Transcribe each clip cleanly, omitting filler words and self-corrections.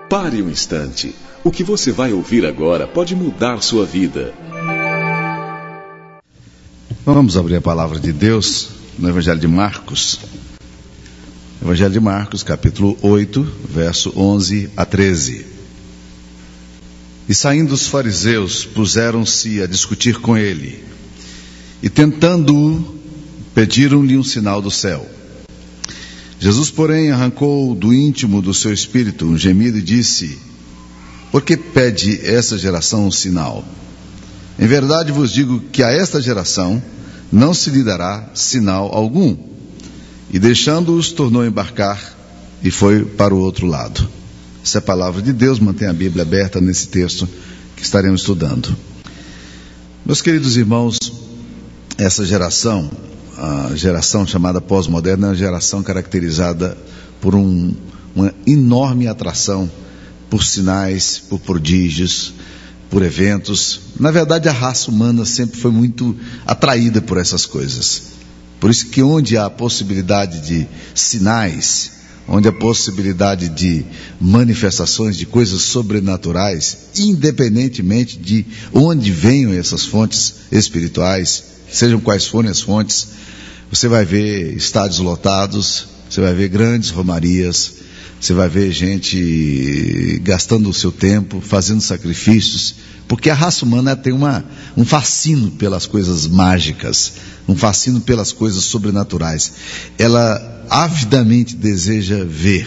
Pare um instante. O que você vai ouvir agora pode mudar sua vida. Vamos abrir a palavra de Deus no Evangelho de Marcos. Evangelho de Marcos, capítulo 8, verso 11 a 13. E saindo os fariseus, puseram-se a discutir com ele. E tentando-o, pediram-lhe um sinal do céu. Jesus, porém, arrancou do íntimo do seu espírito um gemido e disse: por que pede essa geração um sinal? Em verdade vos digo que a esta geração não se lhe dará sinal algum. E deixando-os, tornou a embarcar e foi para o outro lado. Essa é a palavra de Deus. Mantenha a Bíblia aberta nesse texto que estaremos estudando. Meus queridos irmãos, essa geração, a geração chamada pós-moderna, é uma geração caracterizada por uma enorme atração por sinais, por prodígios, por eventos. Na verdade, a raça humana sempre foi muito atraída por essas coisas. Por isso que onde há a possibilidade de sinais, onde há a possibilidade de manifestações de coisas sobrenaturais, independentemente de onde venham essas fontes espirituais, sejam quais forem as fontes, você vai ver estádios lotados, você vai ver grandes romarias, você vai ver gente gastando o seu tempo, fazendo sacrifícios, porque a raça humana tem um fascínio pelas coisas mágicas, um fascínio pelas coisas sobrenaturais. Ela avidamente deseja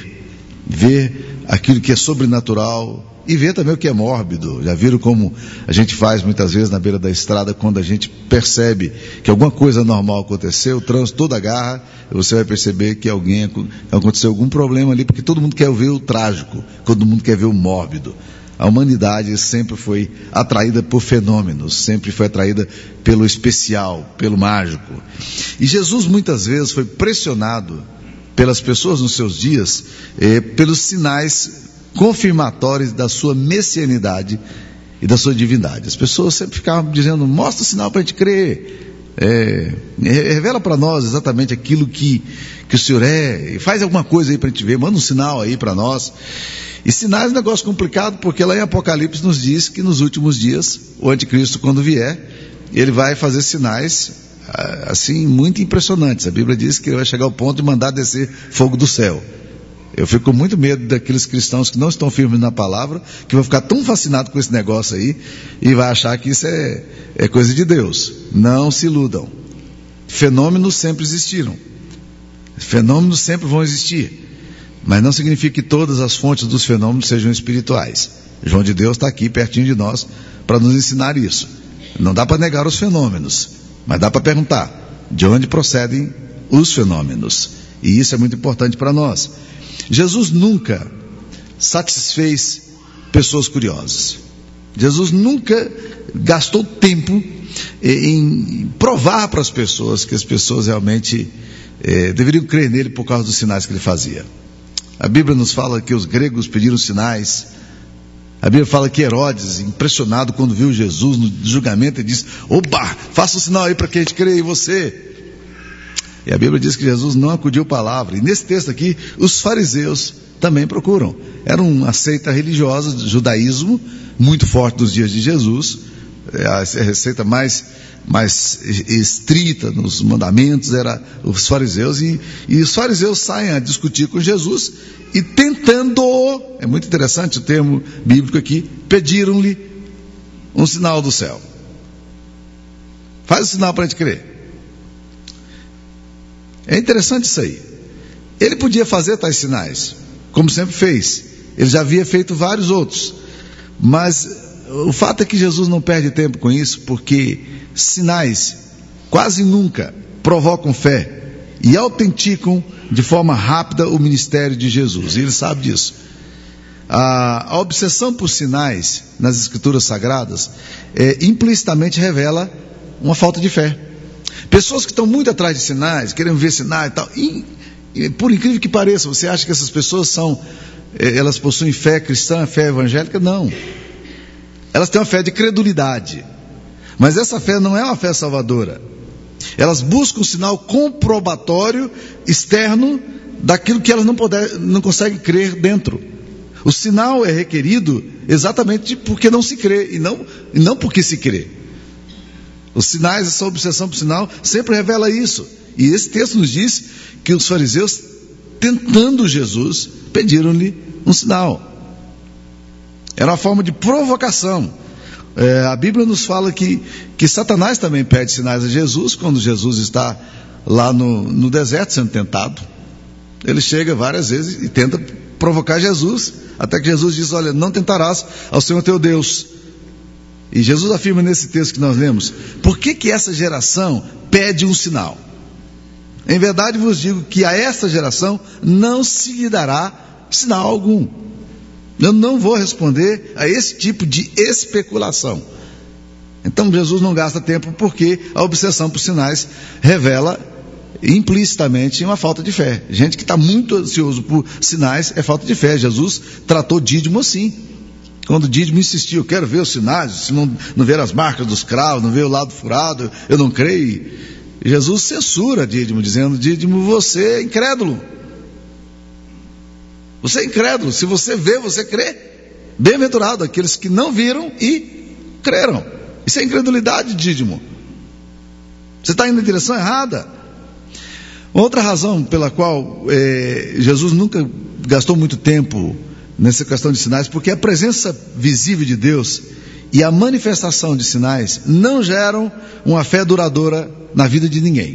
ver aquilo que é sobrenatural e ver também o que é mórbido. Já viram como a gente faz muitas vezes na beira da estrada, quando a gente percebe que alguma coisa normal aconteceu, o trânsito todo agarra, você vai perceber que aconteceu algum problema ali, porque todo mundo quer ver o trágico, todo mundo quer ver o mórbido. A humanidade sempre foi atraída por fenômenos, sempre foi atraída pelo especial, pelo mágico. E Jesus muitas vezes foi pressionado pelas pessoas nos seus dias, pelos sinais confirmatórios da sua messianidade e da sua divindade. As pessoas sempre ficavam dizendo: mostra o sinal para a gente crer, revela para nós exatamente aquilo que o Senhor é, faz alguma coisa aí para a gente ver, manda um sinal aí para nós. E sinais é um negócio complicado, porque lá em Apocalipse nos diz que nos últimos dias o anticristo, quando vier, ele vai fazer sinais assim muito impressionantes. A Bíblia diz que ele vai chegar ao ponto de mandar descer fogo do céu. Eu fico com muito medo daqueles cristãos que não estão firmes na palavra, que vão ficar tão fascinados com esse negócio aí e vai achar que isso é coisa de Deus. Não se iludam. Fenômenos sempre existiram, fenômenos sempre vão existir, mas não significa que todas as fontes dos fenômenos sejam espirituais. João de Deus está aqui pertinho de nós para nos ensinar isso. Não dá para negar os fenômenos, mas dá para perguntar de onde procedem os fenômenos, e isso é muito importante para nós. Jesus nunca satisfez pessoas curiosas. Jesus nunca gastou tempo em provar para as pessoas que as pessoas realmente deveriam crer nele por causa dos sinais que ele fazia. A Bíblia nos fala que os gregos pediram sinais. A Bíblia fala que Herodes, impressionado quando viu Jesus no julgamento, ele disse: opa, faça um sinal aí para que a gente creia em você. E a Bíblia diz que Jesus não acudiu palavra. E nesse texto aqui, os fariseus também procuram. Era uma seita religiosa, judaísmo, muito forte nos dias de Jesus. A receita mais estrita nos mandamentos era os fariseus. E os fariseus saem a discutir com Jesus e tentando, é muito interessante o termo bíblico aqui, pediram-lhe um sinal do céu. Faz o sinal para a gente crer. É interessante isso aí. Ele podia fazer tais sinais, como sempre fez. Ele já havia feito vários outros. Mas o fato é que Jesus não perde tempo com isso, porque sinais quase nunca provocam fé e autenticam de forma rápida o ministério de Jesus. E ele sabe disso. A obsessão por sinais nas Escrituras Sagradas implicitamente revela uma falta de fé. Pessoas que estão muito atrás de sinais, querem ver sinais e tal, e por incrível que pareça, você acha que essas pessoas elas possuem fé cristã, fé evangélica? Não. Elas têm uma fé de credulidade, mas essa fé não é uma fé salvadora. Elas buscam um sinal comprobatório externo daquilo que elas não conseguem crer dentro. O sinal é requerido exatamente porque não se crê, e não porque se crê. Os sinais, essa obsessão por sinal, sempre revela isso. E esse texto nos diz que os fariseus, tentando Jesus, pediram-lhe um sinal. Era uma forma de provocação. A Bíblia nos fala que Satanás também pede sinais a Jesus, quando Jesus está lá no deserto sendo tentado. Ele chega várias vezes e tenta provocar Jesus, até que Jesus diz: olha, não tentarás ao Senhor teu Deus. E Jesus afirma nesse texto que nós lemos: por que essa geração pede um sinal? Em verdade vos digo que a esta geração não se lhe dará sinal algum. Eu não vou responder a esse tipo de especulação. Então Jesus não gasta tempo, porque a obsessão por sinais revela implicitamente uma falta de fé. Gente que está muito ansioso por sinais é falta de fé. Jesus tratou Dídimo assim. Quando Dídimo insistiu: eu quero ver os sinais, se não ver as marcas dos cravos, não ver o lado furado, eu não creio. Jesus censura Dídimo, dizendo: Dídimo, você é incrédulo. Você é incrédulo. Se você vê, você crê. Bem-aventurado aqueles que não viram e creram. Isso é incredulidade, Dídimo. Você está indo na direção errada. Outra razão pela qual Jesus nunca gastou muito tempo nessa questão de sinais, porque a presença visível de Deus e a manifestação de sinais não geram uma fé duradoura na vida de ninguém.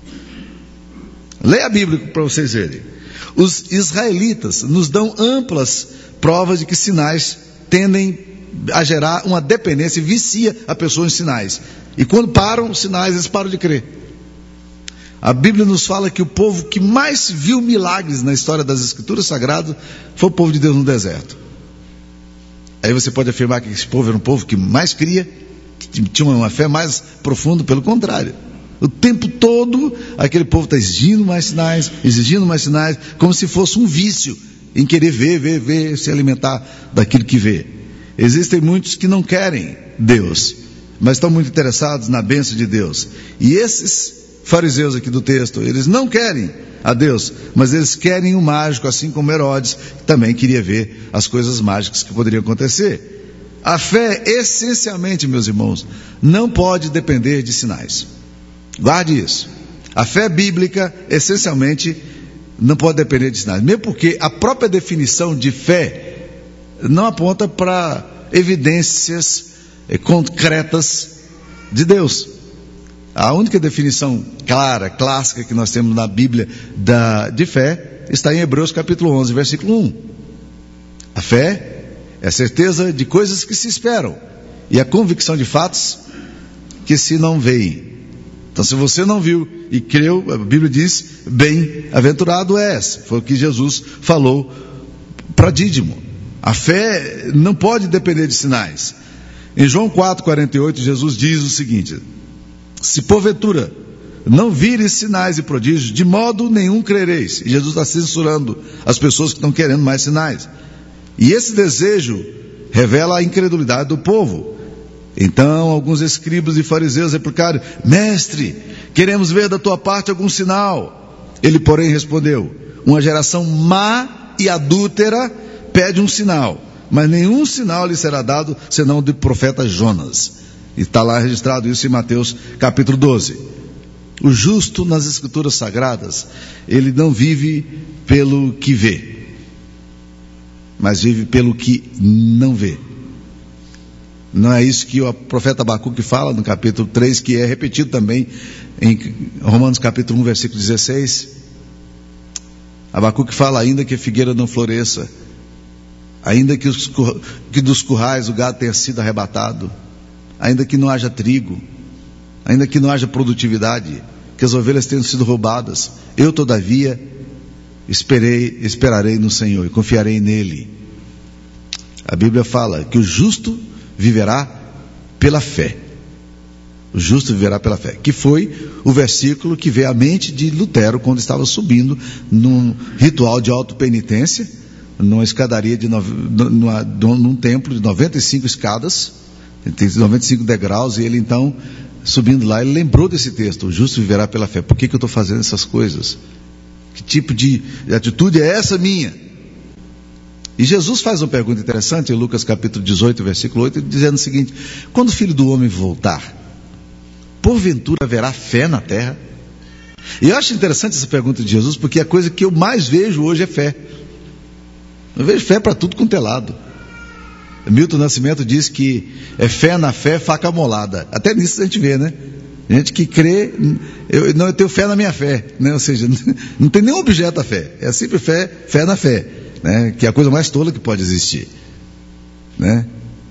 Leia a Bíblia para vocês verem. Os israelitas nos dão amplas provas de que sinais tendem a gerar uma dependência e vicia a pessoa em sinais. E quando param os sinais, eles param de crer. A Bíblia nos fala que o povo que mais viu milagres na história das Escrituras Sagradas foi o povo de Deus no deserto. Aí você pode afirmar que esse povo era um povo que mais cria, que tinha uma fé mais profunda. Pelo contrário. O tempo todo aquele povo está exigindo mais sinais, como se fosse um vício em querer ver, se alimentar daquilo que vê. Existem muitos que não querem Deus, mas estão muito interessados na bênção de Deus. E esses fariseus aqui do texto, eles não querem a Deus, mas eles querem o mágico, assim como Herodes, que também queria ver as coisas mágicas que poderiam acontecer. A fé, essencialmente, meus irmãos, não pode depender de sinais. Guarde isso. A fé bíblica, essencialmente, não pode depender de sinais. Mesmo porque a própria definição de fé não aponta para evidências concretas de Deus. A única definição clara, clássica que nós temos na Bíblia de fé está em Hebreus capítulo 11, versículo 1. A fé é a certeza de coisas que se esperam e a convicção de fatos que se não veem. Então, se você não viu e creu, a Bíblia diz: bem-aventurado és. Foi o que Jesus falou para Dídimo. A fé não pode depender de sinais. Em João 4,48, Jesus diz o seguinte: se porventura não vires sinais e prodígios, de modo nenhum crereis. E Jesus está censurando as pessoas que estão querendo mais sinais. E esse desejo revela a incredulidade do povo. Então alguns escribas e fariseus replicaram: mestre, queremos ver da tua parte algum sinal. Ele, porém, respondeu: uma geração má e adúltera pede um sinal, mas nenhum sinal lhe será dado senão do profeta Jonas. E está lá registrado isso em Mateus capítulo 12. O justo nas Escrituras Sagradas, ele não vive pelo que vê, mas vive pelo que não vê. Não é isso que o profeta Abacuque fala no capítulo 3, que é repetido também em Romanos capítulo 1, versículo 16. Abacuque fala: ainda que a figueira não floresça, ainda que dos currais o gado tenha sido arrebatado, ainda que não haja trigo, ainda que não haja produtividade, que as ovelhas tenham sido roubadas, eu todavia esperarei no Senhor e confiarei nele. A Bíblia fala que o justo viverá pela fé. O justo viverá pela fé, que foi o versículo que veio à mente de Lutero quando estava subindo num ritual de autopenitência, numa escadaria num templo de 95 escadas, tem 95 degraus, e ele então, subindo lá, ele lembrou desse texto: o justo viverá pela fé. Por que eu estou fazendo essas coisas? Que tipo de atitude é essa minha? E Jesus faz uma pergunta interessante em Lucas capítulo 18, versículo 8, dizendo o seguinte: quando o Filho do Homem voltar, porventura haverá fé na terra? E eu acho interessante essa pergunta de Jesus, porque a coisa que eu mais vejo hoje é fé. Eu vejo fé para tudo quanto é lado. Milton Nascimento diz que é fé na fé, faca amolada. Até nisso a gente vê, né? Gente que crê, eu tenho fé na minha fé, né? Ou seja, não tem nenhum objeto a fé. É sempre fé na fé, né? Que é a coisa mais tola que pode existir, né?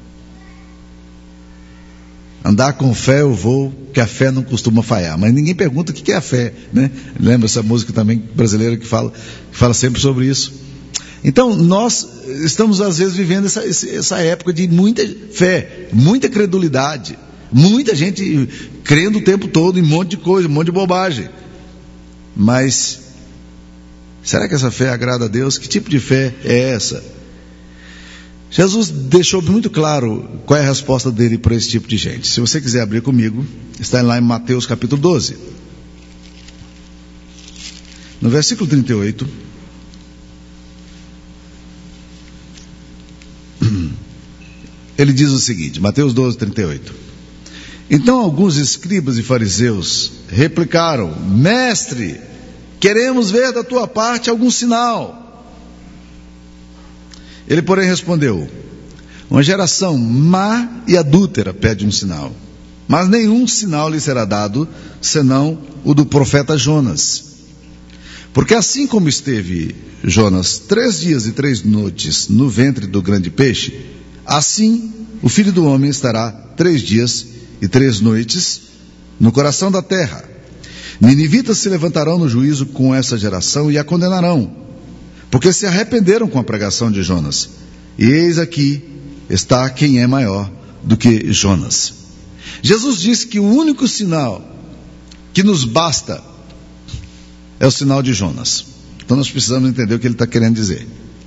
Andar com fé eu vou, que a fé não costuma falhar. Mas ninguém pergunta o que é a fé, né? Lembra essa música também brasileira que fala sempre sobre isso. Então, nós estamos às vezes vivendo essa época de muita fé, muita credulidade, muita gente crendo o tempo todo em um monte de coisa, um monte de bobagem. Mas, será que essa fé agrada a Deus? Que tipo de fé é essa? Jesus deixou muito claro qual é a resposta dele para esse tipo de gente. Se você quiser abrir comigo, está lá em Mateus capítulo 12. No versículo 38... ele diz o seguinte, Mateus 12, 38. Então alguns escribas e fariseus replicaram: Mestre, queremos ver da tua parte algum sinal. Ele, porém, respondeu: uma geração má e adúltera pede um sinal, mas nenhum sinal lhe será dado, senão o do profeta Jonas. Porque assim como esteve Jonas 3 dias e 3 noites no ventre do grande peixe, assim o Filho do Homem estará 3 dias e 3 noites no coração da terra. Ninivitas se levantarão no juízo com essa geração e a condenarão, porque se arrependeram com a pregação de Jonas. E eis aqui está quem é maior do que Jonas. Jesus disse que o único sinal que nos basta é o sinal de Jonas. Então nós precisamos entender o que ele está querendo dizer.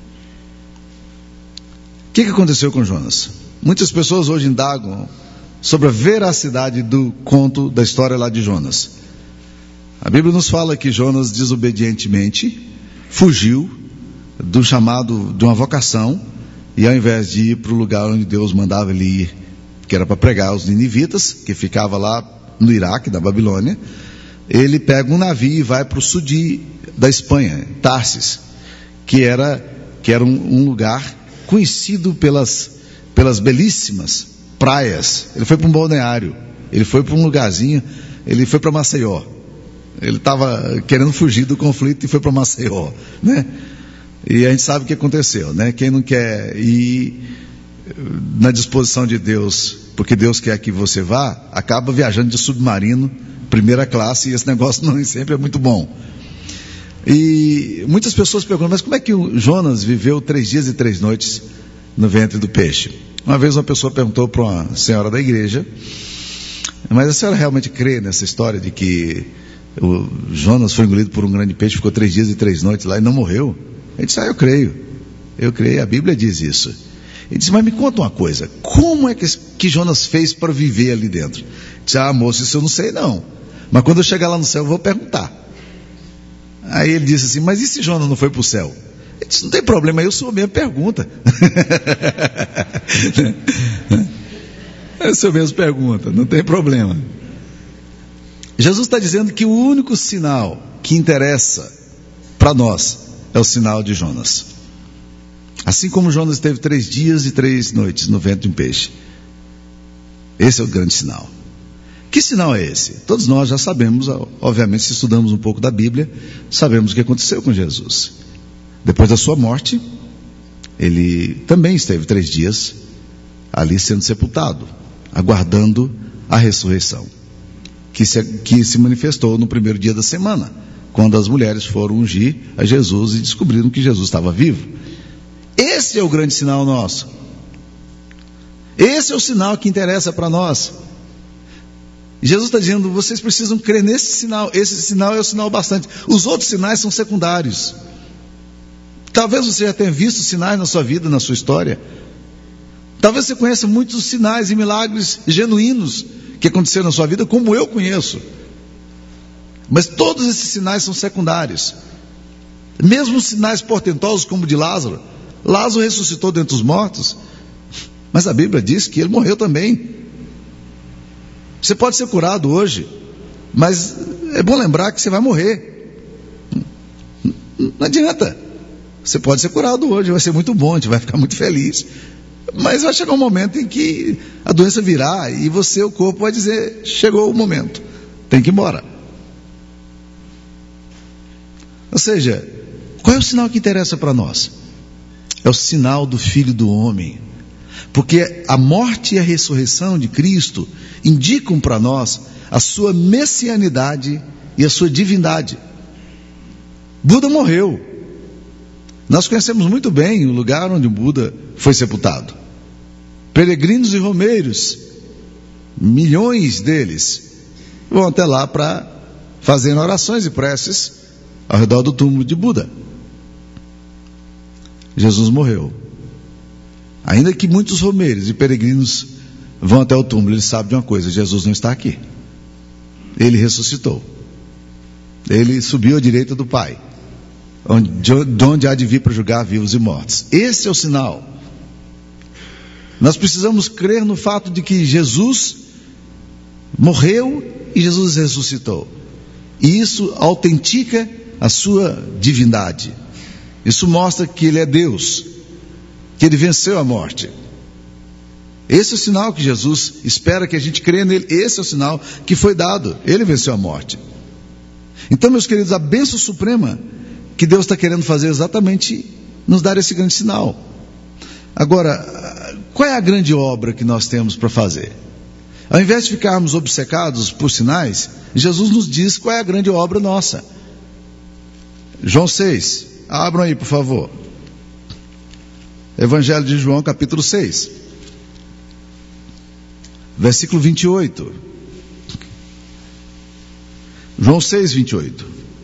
O que aconteceu com Jonas? Muitas pessoas hoje indagam sobre a veracidade do conto, da história lá de Jonas. A Bíblia nos fala que Jonas desobedientemente fugiu do chamado, de uma vocação, e ao invés de ir para o lugar onde Deus mandava ele ir, que era para pregar aos ninivitas, que ficava lá no Iraque, da Babilônia, ele pega um navio e vai para o sul da Espanha, Tarsis, que era um lugar conhecido pelas belíssimas praias. Ele foi para um balneário, ele foi para um lugarzinho, ele foi para Maceió. Ele estava querendo fugir do conflito e foi para Maceió, né? E a gente sabe o que aconteceu, né? Quem não quer ir na disposição de Deus, porque Deus quer que você vá, acaba viajando de submarino, primeira classe, e esse negócio não sempre é muito bom. E muitas pessoas perguntam: mas como é que o Jonas viveu 3 dias e 3 noites no ventre do peixe? Uma vez uma pessoa perguntou para uma senhora da igreja: mas a senhora realmente crê nessa história de que o Jonas foi engolido por um grande peixe, ficou 3 dias e 3 noites lá e não morreu? Ele disse: eu creio, a Bíblia diz isso. Ele disse: mas me conta uma coisa, como é que Jonas fez para viver ali dentro? Ele disse: moço, isso eu não sei não, mas quando eu chegar lá no céu eu vou perguntar. Aí ele disse assim: mas e se Jonas não foi para o céu? Ele disse: não tem problema, eu sou a mesma pergunta. Eu sou a mesma pergunta, não tem problema. Jesus está dizendo que o único sinal que interessa para nós é o sinal de Jonas. Assim como Jonas teve 3 dias e 3 noites no ventre de um peixe. Esse é o grande sinal. Que sinal é esse? Todos nós já sabemos, obviamente, se estudamos um pouco da Bíblia, sabemos o que aconteceu com Jesus. Depois da sua morte, ele também esteve 3 dias ali sendo sepultado, aguardando a ressurreição, que se manifestou no primeiro dia da semana, quando as mulheres foram ungir a Jesus e descobriram que Jesus estava vivo. Esse é o grande sinal nosso. Esse é o sinal que interessa para nós. Jesus está dizendo: vocês precisam crer nesse sinal. Esse sinal é o sinal bastante. Os outros sinais são secundários. Talvez você já tenha visto sinais na sua vida, na sua história. Talvez você conheça muitos sinais e milagres genuínos que aconteceram na sua vida, como eu conheço. Mas todos esses sinais são secundários. Mesmo os sinais portentosos, como o de Lázaro, Lázaro ressuscitou dentre os mortos, mas a Bíblia diz que ele morreu também. Você pode ser curado hoje, mas é bom lembrar que você vai morrer. Não adianta. Você pode ser curado hoje, vai ser muito bom, a gente vai ficar muito feliz. Mas vai chegar um momento em que a doença virá e você, o corpo, vai dizer: chegou o momento, tem que ir embora. Ou seja, qual é o sinal que interessa para nós? É o sinal do Filho do Homem. Porque a morte e a ressurreição de Cristo indicam para nós a sua messianidade e a sua divindade. Buda morreu. Nós conhecemos muito bem o lugar onde o Buda foi sepultado. Peregrinos e romeiros, milhões deles, vão até lá para fazerem orações e preces ao redor do túmulo de Buda. Jesus morreu. Ainda que muitos romeiros e peregrinos vão até o túmulo, eles sabem de uma coisa: Jesus não está aqui. Ele ressuscitou. Ele subiu à direita do Pai, de onde há de vir para julgar vivos e mortos. Esse é o sinal. Nós precisamos crer no fato de que Jesus morreu e Jesus ressuscitou. E isso autentica a sua divindade. Isso mostra que Ele é Deus, que Ele venceu a morte. Esse é o sinal que Jesus espera que a gente creia nele. Esse é o sinal que foi dado. Ele venceu a morte. Então, meus queridos, a bênção suprema que Deus está querendo fazer exatamente nos dar esse grande sinal. Agora, qual é a grande obra que nós temos para fazer? Ao invés de ficarmos obcecados por sinais, Jesus nos diz qual é a grande obra nossa. João 6, abram aí, por favor. Evangelho de João, capítulo 6, versículo 28. João 6, 28.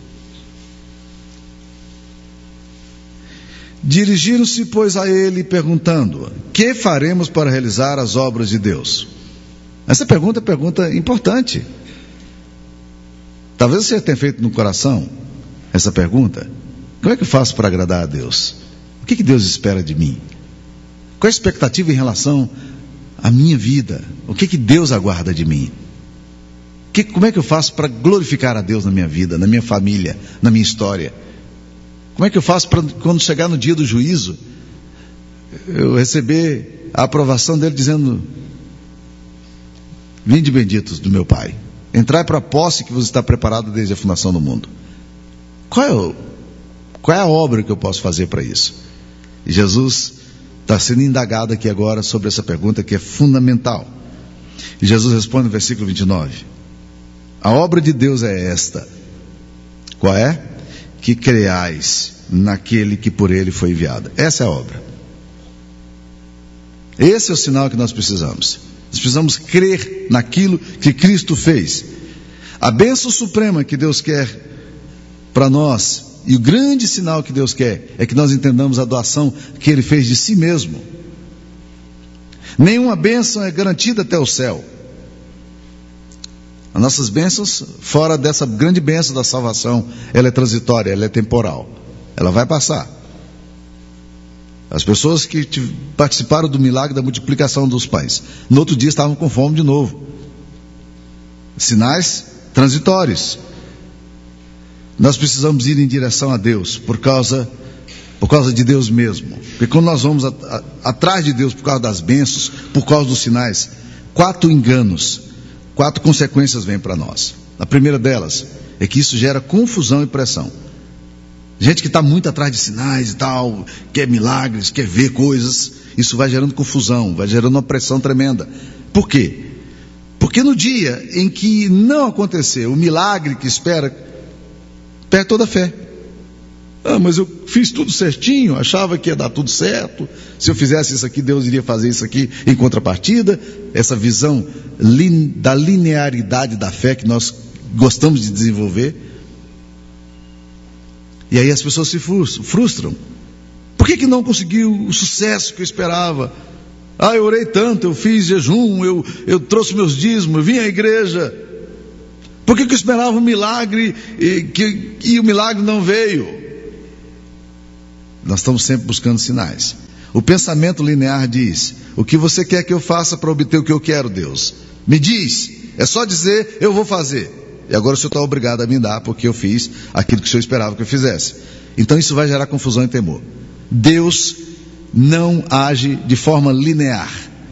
Dirigiram-se, pois, a ele, perguntando: que faremos para realizar as obras de Deus? Essa pergunta é uma pergunta importante. Talvez você tenha feito no coração essa pergunta: como é que eu faço para agradar a Deus? O que Deus espera de mim? Qual a expectativa em relação à minha vida? O que Deus aguarda de mim? Como é que eu faço para glorificar a Deus na minha vida, na minha família, na minha história? Como é que eu faço para, quando chegar no dia do juízo, eu receber a aprovação dele dizendo: vinde benditos do meu Pai, entrai para a posse que vos está preparada desde a fundação do mundo? Qual é a obra que eu posso fazer para isso? E Jesus está sendo indagado aqui agora sobre essa pergunta que é fundamental. E Jesus responde no versículo 29. A obra de Deus é esta. Qual é? Que creais naquele que por ele foi enviado. Essa é a obra. Esse é o sinal que nós precisamos. Nós precisamos crer naquilo que Cristo fez. A bênção suprema que Deus quer para nós, e o grande sinal que Deus quer, é que nós entendamos a doação que Ele fez de si mesmo. Nenhuma bênção é garantida até o céu. As nossas bênçãos, fora dessa grande bênção da salvação, ela é transitória, ela é temporal. Ela vai passar. As pessoas que participaram do milagre da multiplicação dos pães, no outro dia estavam com fome de novo. Sinais transitórios. Nós precisamos ir em direção a Deus, por causa de Deus mesmo. Porque quando nós vamos atrás de Deus por causa das bênçãos, por causa dos sinais, 4 enganos, 4 consequências vêm para nós. A primeira delas é que isso gera confusão e pressão. Gente que está muito atrás de sinais e tal, quer milagres, quer ver coisas, isso vai gerando confusão, vai gerando uma pressão tremenda. Por quê? Porque no dia em que não acontecer o milagre que espera, perde toda a fé. Mas eu fiz tudo certinho, achava que ia dar tudo certo. Se eu fizesse isso aqui, Deus iria fazer isso aqui em contrapartida. Essa visão da linearidade da fé que nós gostamos de desenvolver. E aí as pessoas se frustram. Por que não conseguiu o sucesso que eu esperava? Eu orei tanto, eu fiz jejum, eu trouxe meus dízimos, eu vim à igreja. Por que eu esperava um milagre e o milagre não veio? Nós estamos sempre buscando sinais. O pensamento linear diz: o que você quer que eu faça para obter o que eu quero, Deus? Me diz, é só dizer, eu vou fazer. E agora o Senhor está obrigado a me dar, porque eu fiz aquilo que o Senhor esperava que eu fizesse. Então isso vai gerar confusão e temor. Deus não age de forma linear.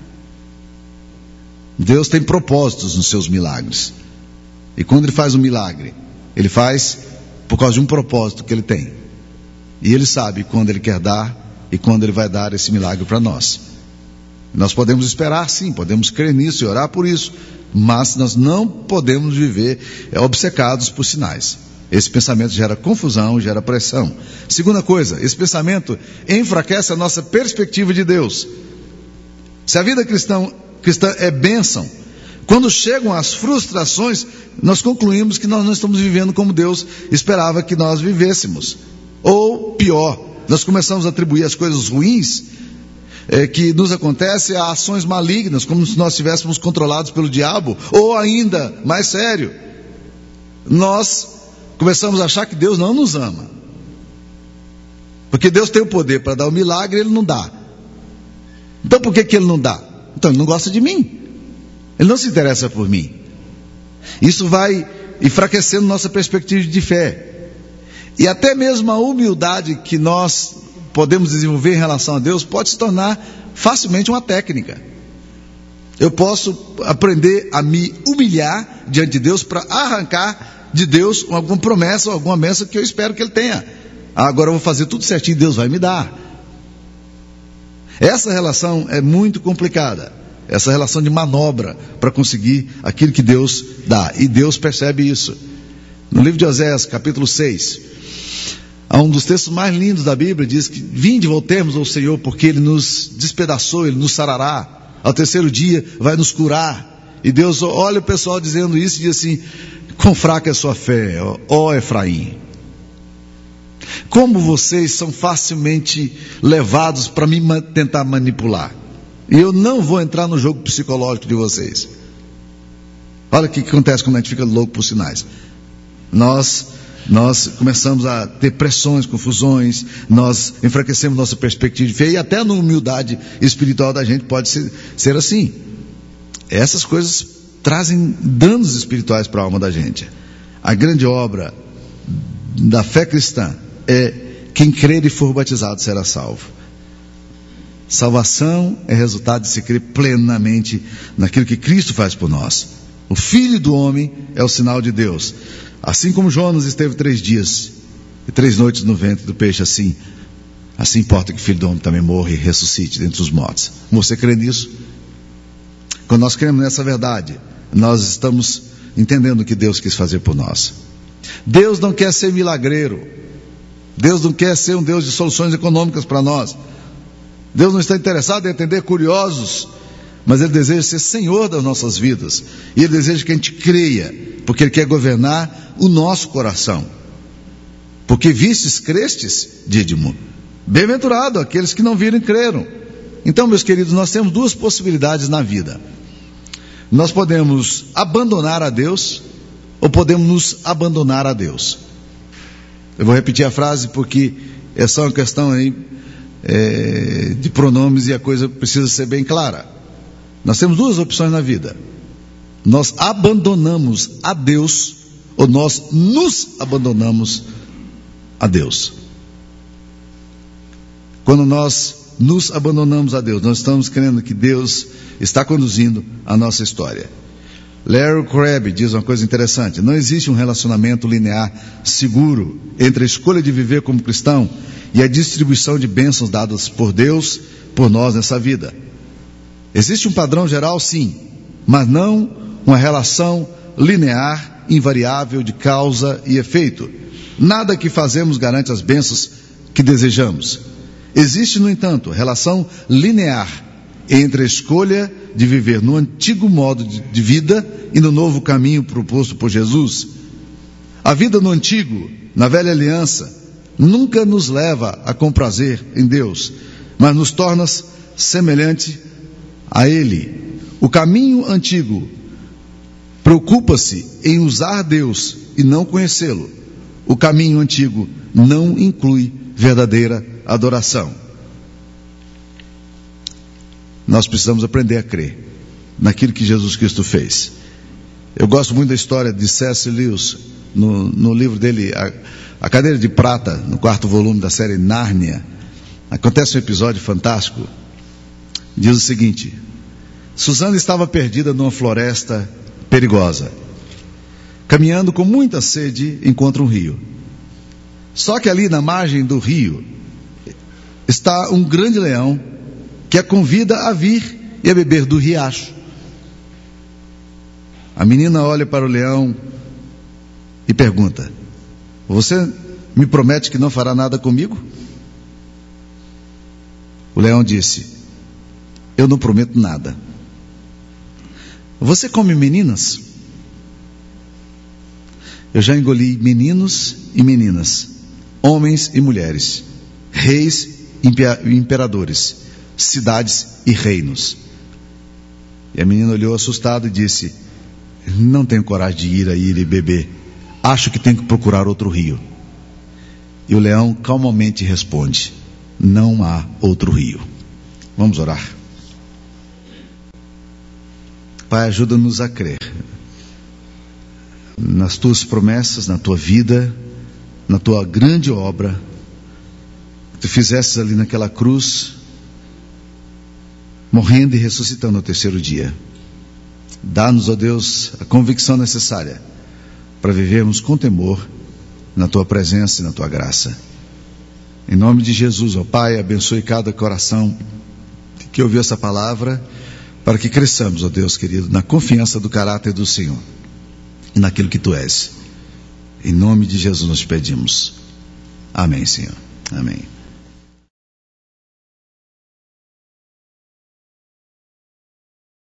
Deus tem propósitos nos seus milagres. E quando Ele faz um milagre, Ele faz por causa de um propósito que Ele tem. E Ele sabe quando Ele quer dar e quando Ele vai dar esse milagre para nós. Nós podemos esperar, sim, podemos crer nisso e orar por isso, mas nós não podemos viver obcecados por sinais. Esse pensamento gera confusão, gera pressão. Segunda coisa, esse pensamento enfraquece a nossa perspectiva de Deus. Se a vida cristã é bênção, quando chegam as frustrações, nós concluímos que nós não estamos vivendo como Deus esperava que nós vivêssemos. Ou pior, nós começamos a atribuir as coisas ruins que nos acontecem a ações malignas, como se nós estivéssemos controlados pelo diabo. Ou ainda, mais sério, nós começamos a achar que Deus não nos ama. Porque Deus tem o poder para dar o milagre e Ele não dá. Então por que Ele não dá? Então Ele não gosta de mim. Ele não se interessa por mim. Isso vai enfraquecendo nossa perspectiva de fé. E até mesmo a humildade que nós podemos desenvolver em relação a Deus pode se tornar facilmente uma técnica. Eu posso aprender a me humilhar diante de Deus para arrancar de Deus alguma promessa ou alguma bênção que eu espero que Ele tenha. Agora eu vou fazer tudo certinho e Deus vai me dar. Essa relação é muito complicada. Essa relação de manobra para conseguir aquilo que Deus dá. E Deus percebe isso. No livro de Oséias, capítulo 6, há um dos textos mais lindos da Bíblia, diz que: vinde, voltemos ao Senhor, porque Ele nos despedaçou, Ele nos sarará. Ao terceiro dia vai nos curar. E Deus olha o pessoal dizendo isso e diz assim: quão fraca é a sua fé, ó Efraim. Como vocês são facilmente levados para me tentar manipular. E eu não vou entrar no jogo psicológico de vocês. Olha o que acontece quando a gente fica louco por sinais. Nós começamos a ter pressões, confusões, nós enfraquecemos nossa perspectiva de fé, e até na humildade espiritual da gente pode ser assim. Essas coisas trazem danos espirituais para a alma da gente. A grande obra da fé cristã é: quem crer e for batizado será salvo. Salvação é resultado de se crer plenamente naquilo que Cristo faz por nós. O Filho do Homem é o sinal de Deus. Assim como Jonas esteve 3 dias e 3 noites no ventre do peixe, assim importa que o Filho do Homem também morra e ressuscite dentre os mortos. Você crê nisso? Quando nós cremos nessa verdade, nós estamos entendendo o que Deus quis fazer por nós. Deus não quer ser milagreiro. Deus não quer ser um Deus de soluções econômicas para nós. Deus não está interessado em atender curiosos, mas Ele deseja ser Senhor das nossas vidas. E Ele deseja que a gente creia, porque Ele quer governar o nosso coração. Porque vistes, crestes, Dídimo. Bem-aventurado aqueles que não viram e creram. Então, meus queridos, nós temos 2 possibilidades na vida. Nós podemos abandonar a Deus, ou podemos nos abandonar a Deus. Eu vou repetir a frase porque é só uma questão aí de pronomes e a coisa precisa ser bem clara. Nós temos 2 opções na vida: nós abandonamos a Deus, ou nós nos abandonamos a Deus. Quando nós nos abandonamos a Deus, nós estamos crendo que Deus está conduzindo a nossa história. Larry Crabb diz uma coisa interessante: não existe um relacionamento linear seguro entre a escolha de viver como cristão e a distribuição de bênçãos dadas por Deus, por nós nessa vida. Existe um padrão geral, sim, mas não uma relação linear, invariável de causa e efeito. Nada que fazemos garante as bênçãos que desejamos. Existe, no entanto, relação linear entre a escolha de viver no antigo modo de vida e no novo caminho proposto por Jesus. A vida no antigo, na velha aliança, nunca nos leva a comprazer em Deus, mas nos torna semelhante a Ele. O caminho antigo preocupa-se em usar Deus e não conhecê-lo. O caminho antigo não inclui verdadeira adoração. Nós precisamos aprender a crer naquilo que Jesus Cristo fez. Eu gosto muito da história de C.S. Lewis, no livro dele, A Cadeira de Prata, no 4º volume da série Nárnia. Acontece um episódio fantástico. Diz o seguinte: Susana estava perdida numa floresta perigosa. Caminhando com muita sede, encontra um rio. Só que ali na margem do rio está um grande leão que a convida a vir e a beber do riacho. A menina olha para o leão e pergunta: você me promete que não fará nada comigo? O leão disse: eu não prometo nada. Você come meninas? Eu já engoli meninos e meninas, homens e mulheres, reis e imperadores, cidades e reinos. E a menina olhou assustada e disse: não tenho coragem de ir aí e beber. Acho que tenho que procurar outro rio. E o leão calmamente responde: não há outro rio. Vamos orar. Pai, ajuda-nos a crer nas tuas promessas, na tua vida, na tua grande obra que tu fizestes ali naquela cruz, morrendo e ressuscitando ao 3º dia. Dá-nos, ó Deus, a convicção necessária para vivermos com temor na tua presença e na tua graça. Em nome de Jesus, ó Pai, abençoe cada coração que ouviu essa palavra, para que cresçamos, ó Deus querido, na confiança do caráter do Senhor e naquilo que tu és. Em nome de Jesus nós pedimos. Amém, Senhor. Amém.